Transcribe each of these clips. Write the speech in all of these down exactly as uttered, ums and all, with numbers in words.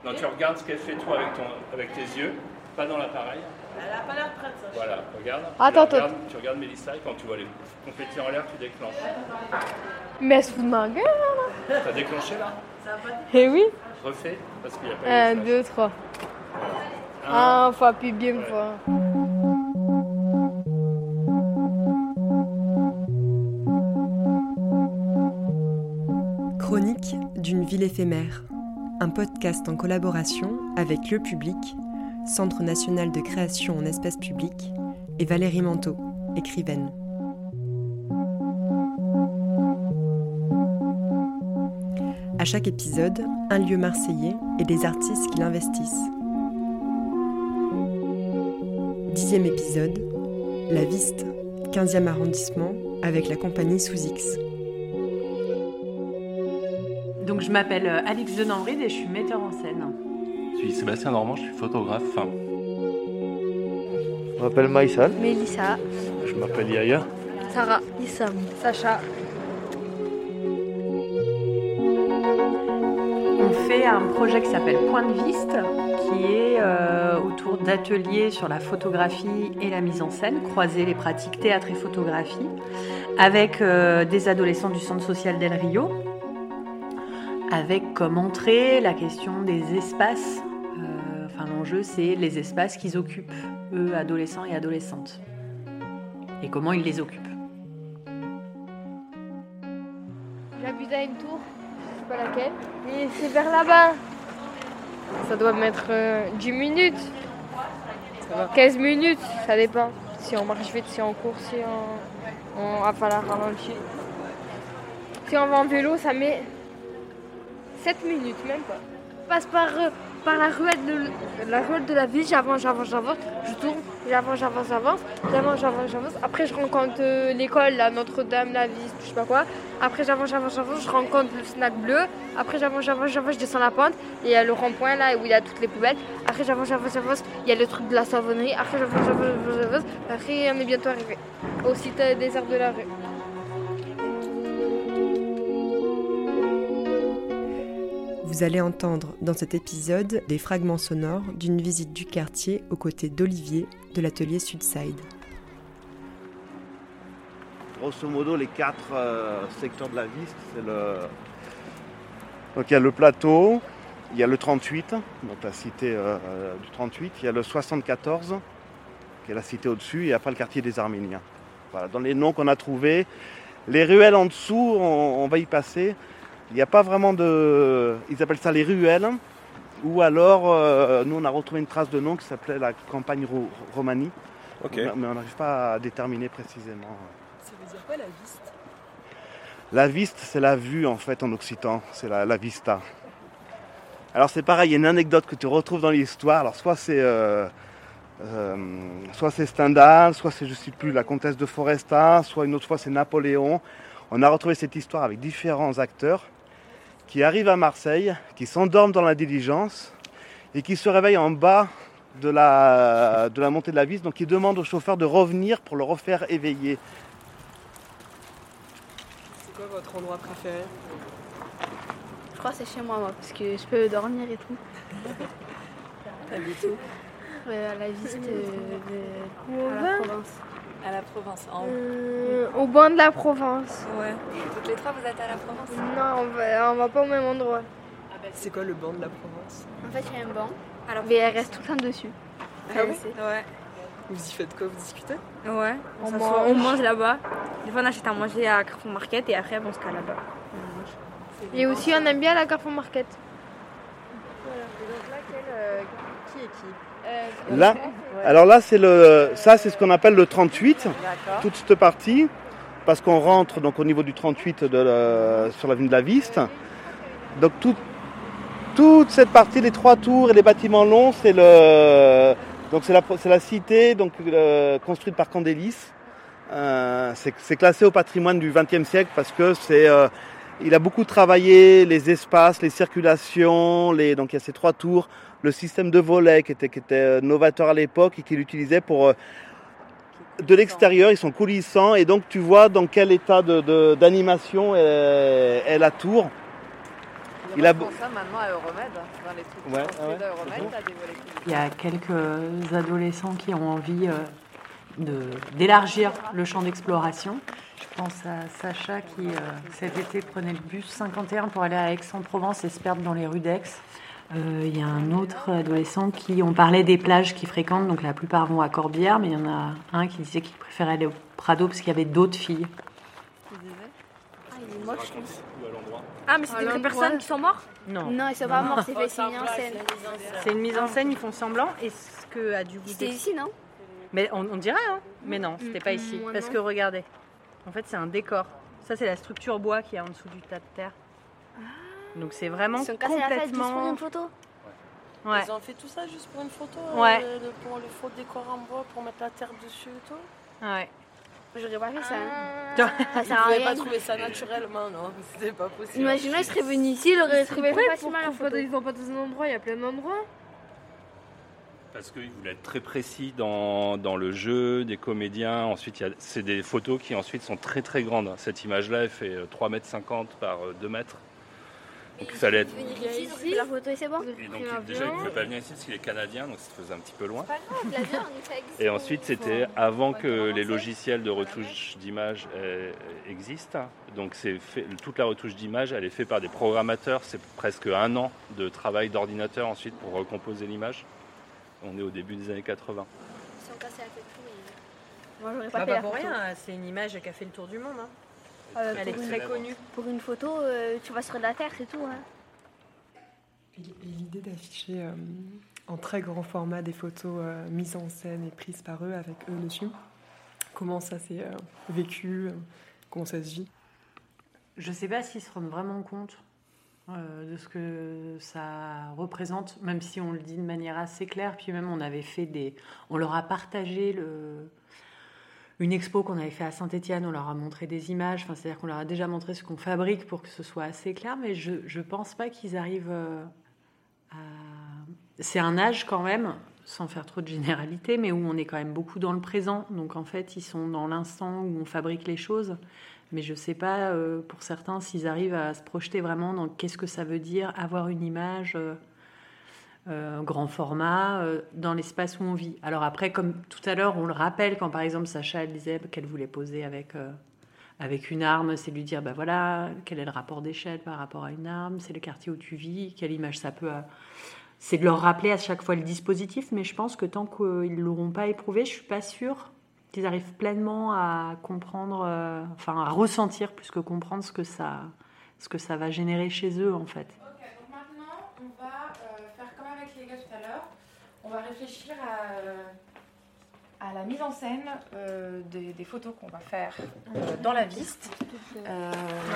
Non, tu regardes ce qu'elle fait toi avec, ton, avec tes yeux, pas dans l'appareil. Elle a pas l'air prête, ça. Voilà, regarde. Attends, tu, attends. regardes tu regardes Mélissa et quand tu vois les confettis en l'air, tu déclenches. Mais elle se fout de ma gueule, là. T'as déclenché là? Eh oui. Refais, parce qu'il n'y a pas Un, eu de flash. deux, trois. Un, Un fois, puis bien Ouais. fois. Chronique d'une ville éphémère, un podcast en collaboration avec Le Public, Centre national de création en espace public, et Valérie Manteau, écrivaine. À chaque épisode, un lieu marseillais et des artistes qui l'investissent. Dixième épisode, La Viste, quinzième arrondissement, avec la compagnie Sous X. Donc je m'appelle Alix de Nambride et je suis metteur en scène. Je suis Sébastien Normand, je suis photographe. Je m'appelle Maïsal. Mélissa, Je m'appelle Yaya. Sarah, Issam, Sacha. On fait un projet qui s'appelle Point de Viste, qui est euh, autour d'ateliers sur la photographie et la mise en scène, croiser les pratiques théâtre et photographie, avec euh, des adolescents du centre social d'El Rio, avec comme entrée la question des espaces. Euh, enfin, l'enjeu, c'est les espaces qu'ils occupent, eux, adolescents et adolescentes, et comment ils les occupent. J'habite à une tour, je sais pas laquelle, et c'est vers là-bas. Ça doit mettre euh, dix minutes, quinze minutes, ça dépend. Si on marche vite, si on court, si on, on va falloir ralentir. Si on va en vélo, ça met sept minutes, même pas. Je passe par, euh, par la, ruelle de, la ruelle de la ville, j'avance, j'avance, j'avance, je tourne, j'avance, j'avance, j'avance, j'avance, j'avance, j'avance. Après, je rencontre euh, l'école, la Notre-Dame, la Viste, je sais pas quoi. Après, j'avance, j'avance, j'avance, je rencontre le snack bleu. Après, j'avance, j'avance, j'avance, je descends la pente. Et il y a le rond-point là où il y a toutes les poubelles. Après, j'avance, j'avance, j'avance, il y a le truc de la savonnerie. Après, j'avance, j'avance, j'avance, j'avance. Après, on est bientôt arrivé au site euh, des arts de la rue. Vous allez entendre dans cet épisode des fragments sonores d'une visite du quartier aux côtés d'Olivier de l'atelier Sudside. Grosso modo, les quatre euh, secteurs de la Viste, c'est le... Donc il y a le plateau, il y a le trente-huit, donc la cité euh, du trente-huit, il y a le soixante-quatorze, qui est la cité au-dessus, et après le quartier des Arméniens. Voilà, dans les noms qu'on a trouvés, les ruelles en dessous, on, on va y passer. Il n'y a pas vraiment de... Ils appellent ça les ruelles. Ou alors, euh, nous, on a retrouvé une trace de nom qui s'appelait la campagne Ro- Romani. Ok. Mais on n'arrive pas à déterminer précisément. Ça veut dire quoi la viste? La viste, c'est la vue, en fait, en occitan. C'est la, la vista. Alors, c'est pareil, il y a une anecdote que tu retrouves dans l'histoire. Alors, soit c'est... Euh, euh, soit c'est Stendhal, soit c'est, je ne sais plus, la comtesse de Foresta, soit une autre fois c'est Napoléon. On a retrouvé cette histoire avec différents acteurs qui arrivent à Marseille, qui s'endorment dans la diligence et qui se réveillent en bas de la, de la montée de la Viste. Donc ils demandent au chauffeur de revenir pour le refaire éveiller. C'est quoi votre endroit préféré? Je crois que c'est chez moi, moi, parce que je peux dormir et tout. T'habites où? Euh, à la Viste euh, de, à Au la vin Provence. À la Provence. En... Euh, au banc de la Provence. Ouais. Toutes les trois, vous êtes à la Provence? Non, on va, on va pas au même endroit. C'est quoi le banc de la Provence? En fait, il y a un banc, Alors, mais elle reste tout le temps dessus. Ah oui? c'est- Ouais. Vous y faites quoi? Vous discutez? Ouais, on, On s'assoit, mange. on mange là-bas. Des fois, on achète à manger à Carrefour Market et après, on se cale là-bas. Et aussi, on aime bien la Carrefour Market. Donc là, quel, euh, qui est qui? Là, alors là, c'est le, ça, c'est ce qu'on appelle le trente-huit, D'accord. toute cette partie, parce qu'on rentre donc au niveau du trente-huit de la- sur l'avenue de la Viste. Donc tout- toute cette partie, les trois tours et les bâtiments longs, c'est le, donc c'est la, c'est la cité donc euh, construite par Candélis. Euh, c'est, c'est classé au patrimoine du vingtième siècle parce que c'est, euh, il a beaucoup travaillé les espaces, les circulations, les, donc il y a ces trois tours. Le système de volets qui était, qui était novateur à l'époque et qu'il utilisait pour... Euh, de l'extérieur, ils sont coulissants et donc tu vois dans quel état de, de, d'animation est, est la tour. Là, Il a Moi, je pense ça maintenant à Euromède, dans les trucs Ouais, construits ah ouais. d'Euromède, t'as des volets publics. Il y a quelques adolescents qui ont envie euh, de, d'élargir le champ d'exploration. Je pense à Sacha qui, euh, cet été, prenait le bus cinquante et un pour aller à Aix-en-Provence et se perdre dans les rues d'Aix. Euh, il y a un autre adolescent qui, on parlait des plages qu'il fréquente, donc la plupart vont à Corbière, mais il y en a un qui disait qu'il préférait aller au Prado parce qu'il y avait d'autres filles. Ah, il est moche, je pense. Ou à l'endroit. Ah, mais c'est des vraies personnes qui sont mortes? Non, Non, ils sont pas morts, c'est fait, c'est mis en scène. C'est une mise en scène, ils font semblant. Et ce que a dû vous C'était ici, non? Mais on, on dirait, hein. Mais non, c'était pas ici. moi, Parce non. que regardez, en fait, c'est un décor. Ça, c'est la structure bois qui est en dessous du tas de terre. Donc c'est vraiment Ils sont cassés la tête juste pour complètement. une photo. Ouais. Ils ont fait tout ça juste pour une photo, Ouais. euh, le- pour le faux décor en bois, pour mettre la terre dessus et tout. Ouais. J'aurais pas fait ça. Ah. Ça Ils sert à pouvaient rien. pas trouver ça naturellement, non, c'était pas possible. Imaginons, ils seraient venus ici, ils l'auraient trouvé Pourquoi facilement la photo. ils font pas dans un endroit, il y a plein d'endroits. Parce qu'ils voulaient être très précis dans, dans le jeu des comédiens. Ensuite, il y a, c'est des photos qui ensuite sont très très grandes. Cette image-là, elle fait euh, trois mètres cinquante par euh, deux mètres. Donc il fallait être... Venir ici, ils ont fait la photo et c'est bon. Et donc il- déjà, il ne pouvait pas venir ici parce qu'il est canadien, donc ça se faisait un petit peu loin. Pas grave, l'avion, ça existe. Et ensuite, c'était avant que les logiciels de retouche d'image euh, existent. Donc c'est fait, toute la retouche d'image, elle est faite par des programmateurs. C'est presque un an de travail d'ordinateur ensuite pour recomposer l'image. On est au début des années quatre-vingts. Ils sont cassés la tête tous les... Moi, j'aurais pas Bah, fait pas la pour photo. rien, c'est une image qui a fait le tour du monde. Hein. Euh, Elle est pour, une, très connue. pour une photo, euh, tu vas sur la terre, c'est tout. Hein. Et l'idée d'afficher euh, en très grand format des photos euh, mises en scène et prises par eux avec eux dessus, comment ça s'est euh, vécu, euh, comment ça se vit? Je ne sais pas s'ils se rendent vraiment compte euh, de ce que ça représente, même si on le dit de manière assez claire. Puis même, on avait fait des... On leur a partagé le... une expo qu'on avait fait à Saint-Étienne. On leur a montré des images. Enfin, c'est-à-dire qu'on leur a déjà montré ce qu'on fabrique pour que ce soit assez clair. Mais je ne pense pas qu'ils arrivent euh, à... C'est un âge quand même, sans faire trop de généralité, mais où on est quand même beaucoup dans le présent. Donc en fait, ils sont dans l'instant où on fabrique les choses. Mais je ne sais pas, euh, pour certains, s'ils arrivent à se projeter vraiment dans qu'est-ce que ça veut dire avoir une image euh, euh, grand format euh, dans l'espace où on vit. Alors après, comme tout à l'heure, on le rappelle, quand par exemple Sacha elle disait qu'elle voulait poser avec, euh, avec une arme, c'est lui dire, ben voilà, quel est le rapport d'échelle par rapport à une arme, c'est le quartier où tu vis, quelle image ça peut... Euh, c'est de leur rappeler à chaque fois le dispositif, mais je pense que tant qu'ils ne l'auront pas éprouvé, je ne suis pas sûre qu'ils arrivent pleinement à comprendre, euh, enfin à ressentir plus que comprendre ce que ça, ce que ça va générer chez eux en fait. Ok, donc maintenant on va euh, faire comme avec les gars tout à l'heure. On va réfléchir à, euh, à la mise en scène euh, des, des photos qu'on va faire euh, dans la Viste. Euh,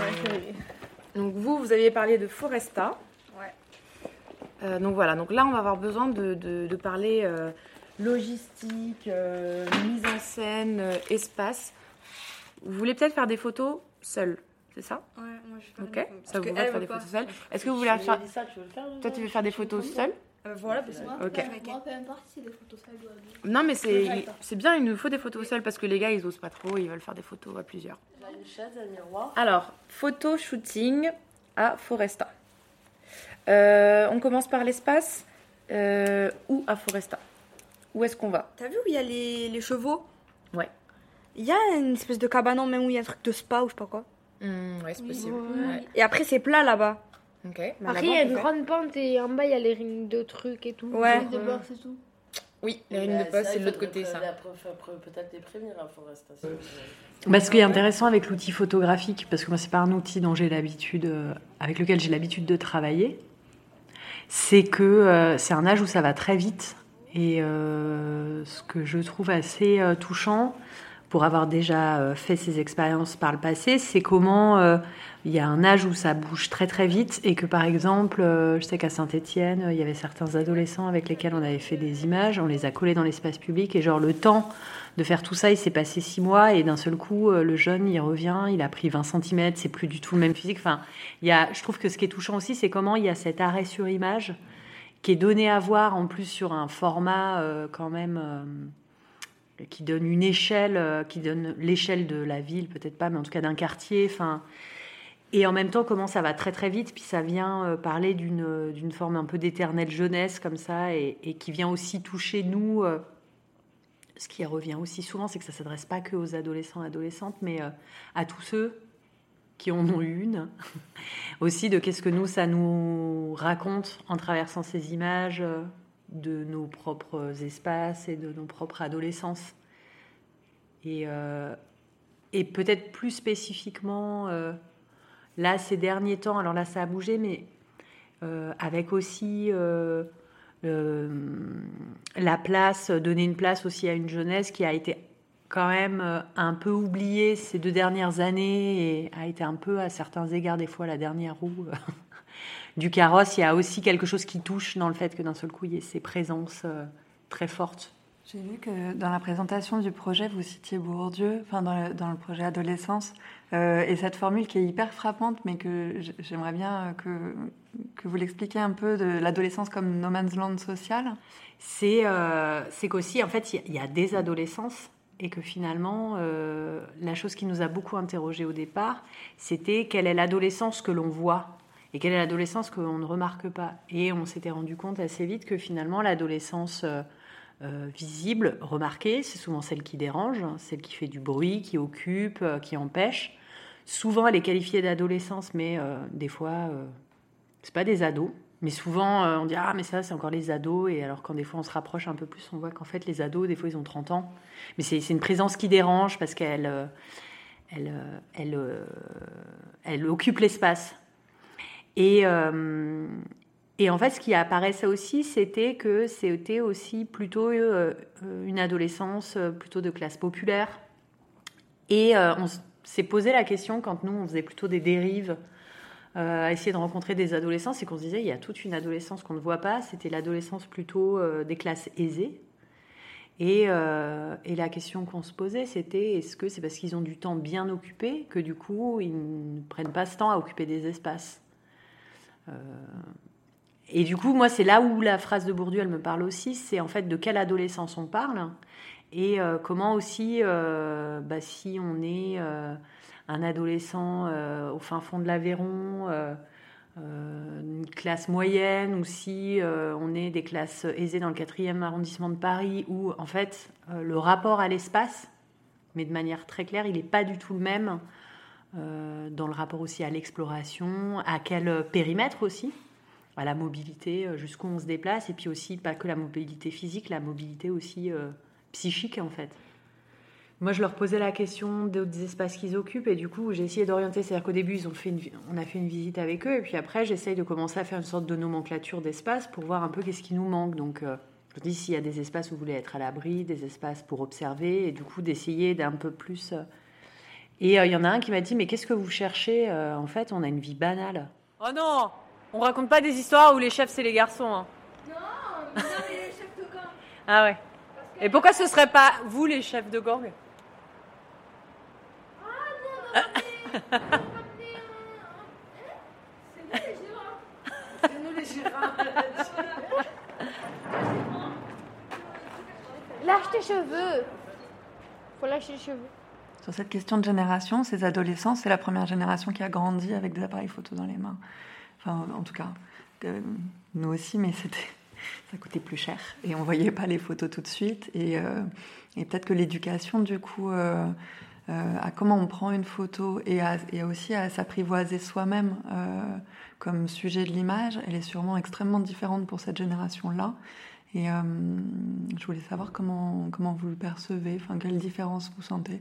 donc vous, vous aviez parlé de Foresta. Ouais. Euh, donc voilà, donc là on va avoir besoin de, de, de parler euh, logistique, euh, mise en scène, euh, espace. Vous voulez peut-être faire des photos seules, c'est ça? Ouais, moi je vais faire Ok, des photos. ça vous Parce va qu'elle faire veut des pas. photos seules. Est-ce que vous voulez faire... Mélissa, tu veux le faire Toi tu veux faire des photos seules? Euh, voilà, parce que moi, Ok. moi, peu importe si c'est des photos sales ou à deux. Non mais c'est c'est bien, il nous faut des photos seules parce que les gars ils osent pas trop, ils veulent faire des photos à plusieurs. J'ai une chaise, un miroir. Alors, photo shooting à Foresta. Euh, on commence par l'espace euh, ou à Foresta? Où est-ce qu'on va? T'as vu où il y a les, les chevaux? Ouais. Il y a une espèce de cabanon même où il y a un truc de spa ou je sais pas quoi. Mmh, ouais, c'est possible. Ouais. Ouais. Et après c'est plat là-bas. Ok. Bah, Après, là-bas, il y a on peut une faire- grande pente et en bas, il y a les rings de trucs et tout. Ouais. Genre, euh, c'est tout. Oui, les lignes de poste, c'est de l'autre côté ça. Peut-être les prévenir à Foresta. Bah, ce qui est intéressant avec l'outil photographique, parce que moi c'est pas un outil dont j'ai l'habitude, euh, avec lequel j'ai l'habitude de travailler, c'est que euh, c'est un âge où ça va très vite. Et euh, ce que je trouve assez euh, touchant, pour avoir déjà euh, fait ces expériences par le passé, c'est comment euh, il y a un âge où ça bouge très très vite et que par exemple, euh, je sais qu'à Saint-Étienne, euh, il y avait certains adolescents avec lesquels on avait fait des images, on les a collés dans l'espace public et genre le temps de faire tout ça, il s'est passé six mois et d'un seul coup, euh, le jeune, il revient, il a pris vingt centimètres, c'est plus du tout le même physique. Enfin, il y a, je trouve que ce qui est touchant aussi, c'est comment il y a cet arrêt sur image qui est donné à voir en plus sur un format euh, quand même... Euh, qui donne une échelle, euh, qui donne l'échelle de la ville, peut-être pas, mais en tout cas d'un quartier. Enfin, Et en même temps, comment ça va très très vite, puis ça vient euh, parler d'une, d'une forme un peu d'éternelle jeunesse comme ça, et, et qui vient aussi toucher nous. Euh, ce qui revient aussi souvent, c'est que ça ne s'adresse pas que aux adolescents et adolescentes, mais euh, à tous ceux qui en ont eu une. Aussi de qu'est-ce que nous, ça nous raconte en traversant ces images euh, de nos propres espaces et de nos propres adolescences. Et, euh, et peut-être plus spécifiquement... Euh, Là, ces derniers temps, alors là, ça a bougé, mais euh, avec aussi euh, euh, la place, donner une place aussi à une jeunesse qui a été quand même euh, un peu oubliée ces deux dernières années et a été un peu, à certains égards, des fois, la dernière roue euh, du carrosse. Il y a aussi quelque chose qui touche dans le fait que d'un seul coup, il y ait ces présences euh, très fortes. J'ai vu que dans la présentation du projet, vous citiez Bourdieu, enfin dans le, dans le projet Adolescence, euh, et cette formule qui est hyper frappante, mais que j'aimerais bien que, que vous l'expliquiez un peu, de l'adolescence comme no man's land social. C'est, euh, c'est qu'aussi, en fait, il y, y a des adolescences, et que finalement, euh, la chose qui nous a beaucoup interrogés au départ, c'était quelle est l'adolescence que l'on voit et quelle est l'adolescence qu'on ne remarque pas. Et on s'était rendu compte assez vite que finalement, l'adolescence... Euh, Euh, visible, remarquée, c'est souvent celle qui dérange, celle qui fait du bruit, qui occupe, euh, qui empêche. Souvent, elle est qualifiée d'adolescence, mais euh, des fois, euh, c'est pas des ados. Mais souvent, euh, on dit « Ah, mais ça, c'est encore les ados ». Et alors, quand des fois, on se rapproche un peu plus, on voit qu'en fait, les ados, des fois, ils ont trente ans. Mais c'est, c'est une présence qui dérange parce qu'elle euh, elle, euh, elle, euh, elle occupe l'espace. Et... Euh, Et en fait, ce qui apparaissait aussi, c'était que c'était aussi plutôt euh, une adolescence euh, plutôt de classe populaire. Et euh, on s'est posé la question, quand nous, on faisait plutôt des dérives, euh, à essayer de rencontrer des adolescents, c'est qu'on se disait, il y a toute une adolescence qu'on ne voit pas, c'était l'adolescence plutôt euh, des classes aisées. Et, euh, et la question qu'on se posait, c'était, est-ce que c'est parce qu'ils ont du temps bien occupé que du coup, ils ne prennent pas ce temps à occuper des espaces euh, Et du coup, moi, c'est là où la phrase de Bourdieu, elle me parle aussi, c'est en fait de quelle adolescence on parle et euh, comment aussi, euh, bah, si on est euh, un adolescent euh, au fin fond de l'Aveyron, euh, euh, une classe moyenne, ou si euh, on est des classes aisées dans le quatrième arrondissement de Paris, où en fait, euh, le rapport à l'espace, mais de manière très claire, il n'est pas du tout le même euh, dans le rapport aussi à l'exploration, à quel périmètre aussi, à la mobilité, jusqu'où on se déplace, et puis aussi, pas que la mobilité physique, la mobilité aussi euh, psychique, en fait. Moi, je leur posais la question des espaces qu'ils occupent, et du coup, j'ai essayé d'orienter. C'est-à-dire qu'au début, ils ont fait une, on a fait une visite avec eux, et puis après, j'essaye de commencer à faire une sorte de nomenclature d'espaces pour voir un peu qu'est-ce qui nous manque. Donc, euh, je dis s'il y a des espaces où vous voulez être à l'abri, des espaces pour observer, et du coup, d'essayer d'un peu plus... Euh... Et il euh, y en a un qui m'a dit, mais qu'est-ce que vous cherchez euh, En fait, on a une vie banale. Oh non! On raconte pas des histoires où les chefs, c'est les garçons. Hein. Non, mais non, mais les chefs de gang. Ah ouais. Et pourquoi ce serait pas vous, les chefs de gang? Ah non, non, mais... C'est nous les girafes. C'est nous les girafes. Lâche tes cheveux. Faut lâcher les cheveux. Sur cette question de génération, ces adolescents, c'est la première génération qui a grandi avec des appareils photo dans les mains. Enfin, en tout cas, euh, nous aussi, mais c'était, ça coûtait plus cher. Et on ne voyait pas les photos tout de suite. Et, euh, et peut-être que l'éducation, du coup, euh, euh, à comment on prend une photo et, à, et aussi à s'apprivoiser soi-même euh, comme sujet de l'image, elle est sûrement extrêmement différente pour cette génération-là. Et euh, je voulais savoir comment, comment vous le percevez, enfin, quelle différence vous sentez.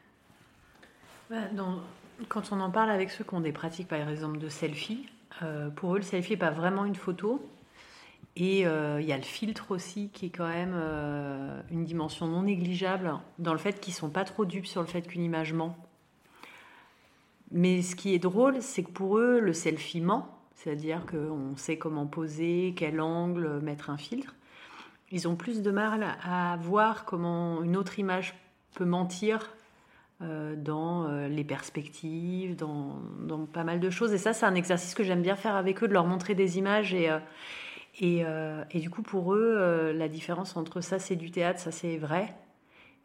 Dans, quand on en parle avec ceux qui ont des pratiques, par exemple, de selfie, Euh, pour eux, le selfie n'est pas vraiment une photo. Et il euh, y a le filtre aussi, qui est quand même euh, une dimension non négligeable, dans le fait qu'ils ne sont pas trop dupes sur le fait qu'une image ment. Mais ce qui est drôle, c'est que pour eux, le selfie ment, c'est-à-dire qu'on sait comment poser, quel angle, mettre un filtre. Ils ont plus de mal à voir comment une autre image peut mentir Euh, dans euh, les perspectives, dans, dans pas mal de choses. Et ça, c'est un exercice que j'aime bien faire avec eux, de leur montrer des images. Et, euh, et, euh, et du coup, pour eux, euh, la différence entre ça, c'est du théâtre, ça, c'est vrai.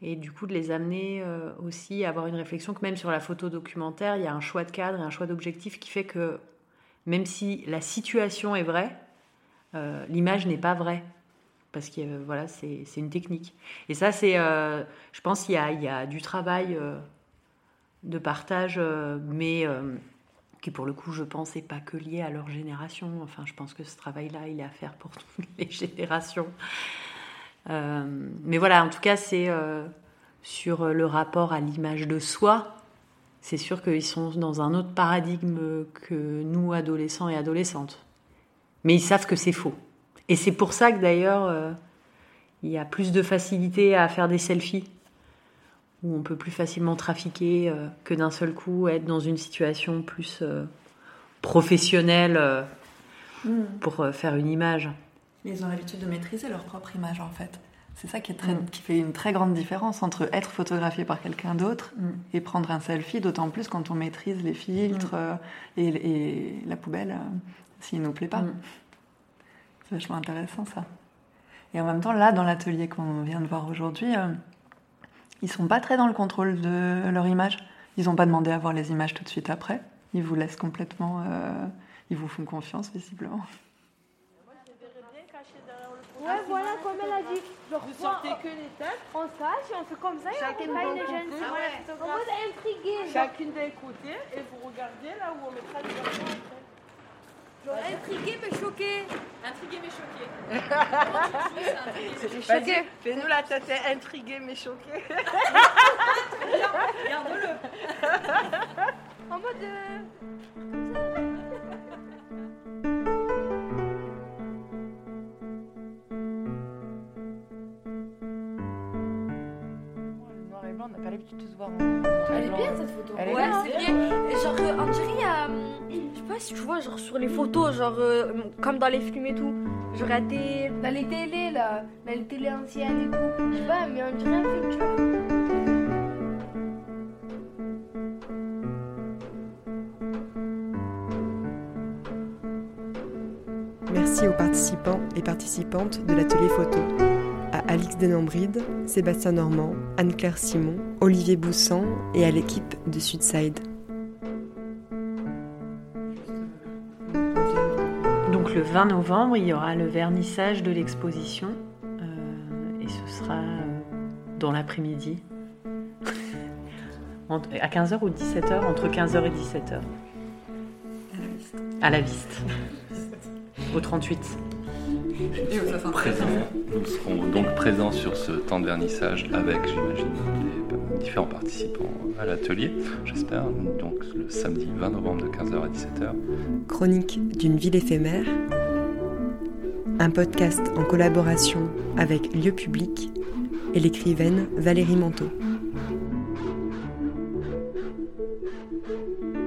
Et du coup, de les amener euh, aussi à avoir une réflexion que même sur la photo documentaire, il y a un choix de cadre et un choix d'objectif qui fait que même si la situation est vraie, euh, l'image n'est pas vraie. Parce que euh, voilà, c'est, c'est une technique. Et ça, c'est, euh, je pense qu'il y a, il y a du travail euh, de partage, euh, mais euh, qui pour le coup, je pense, n'est pas que lié à leur génération. Enfin, je pense que ce travail-là, il est à faire pour toutes les générations. Euh, mais voilà, en tout cas, c'est euh, sur le rapport à l'image de soi. C'est sûr qu'ils sont dans un autre paradigme que nous, adolescents et adolescentes. Mais ils savent que c'est faux. Et c'est pour ça que d'ailleurs, euh, il y a plus de facilité à faire des selfies, où on peut plus facilement trafiquer euh, que d'un seul coup être dans une situation plus euh, professionnelle euh, mmh. pour euh, faire une image. Ils ont l'habitude de maîtriser leur propre image, en fait. C'est ça qui, est très, mmh. qui fait une très grande différence entre être photographié par quelqu'un d'autre mmh. et prendre un selfie, d'autant plus quand on maîtrise les filtres mmh. euh, et, et la poubelle, euh, s'il ne nous plaît pas. Mmh. C'est vachement intéressant, ça. Et en même temps, là, dans l'atelier qu'on vient de voir aujourd'hui, euh, ils ne sont pas très dans le contrôle de leur image. Ils n'ont pas demandé à voir les images tout de suite après. Ils vous laissent complètement... Euh, ils vous font confiance, visiblement. Ouais, voilà, comme elle a dit. Genre, vous sortez que les têtes. On se cache et on fait comme ça. Chacune et on d'un les côté. jeunes. En mode intrigué. Chacune d'un côté et vous regardez là où on mettra les garçons après. Genre intrigué mais choqué. Intrigué mais choqué. Vas-y, fais-nous la tête intriguée mais choquée. Garde-le. En mode... Euh... On n'a pas l'habitude de se voir en... Elle est bien cette photo. Elle est ouais, bien, c'est bien. Et genre, euh, on dirait, euh, je sais pas si tu vois, genre sur les photos, genre euh, comme dans les films et tout. Genre à des... dans les télés là, dans les télés anciennes et tout. Je sais pas, mais on dirait un film, tu vois. Merci aux participants et participantes de l'atelier photo. À Alix Denambride, Sébastien Normand, Anne-Claire Simon, Olivier Boussan et à l'équipe de Sudside. Donc le vingt novembre, il y aura le vernissage de l'exposition euh, et ce sera euh, dans l'après-midi à quinze heures ou dix-sept heures, entre quinze heures et dix-sept heures. À la Viste. Au trente-huit. Présent, nous serons donc présents sur ce temps de vernissage avec, j'imagine, les différents participants à l'atelier, j'espère, donc le samedi vingt novembre de quinze heures à dix-sept heures. Chronique d'une ville éphémère, un podcast en collaboration avec Lieu Public et l'écrivaine Valérie Manteau.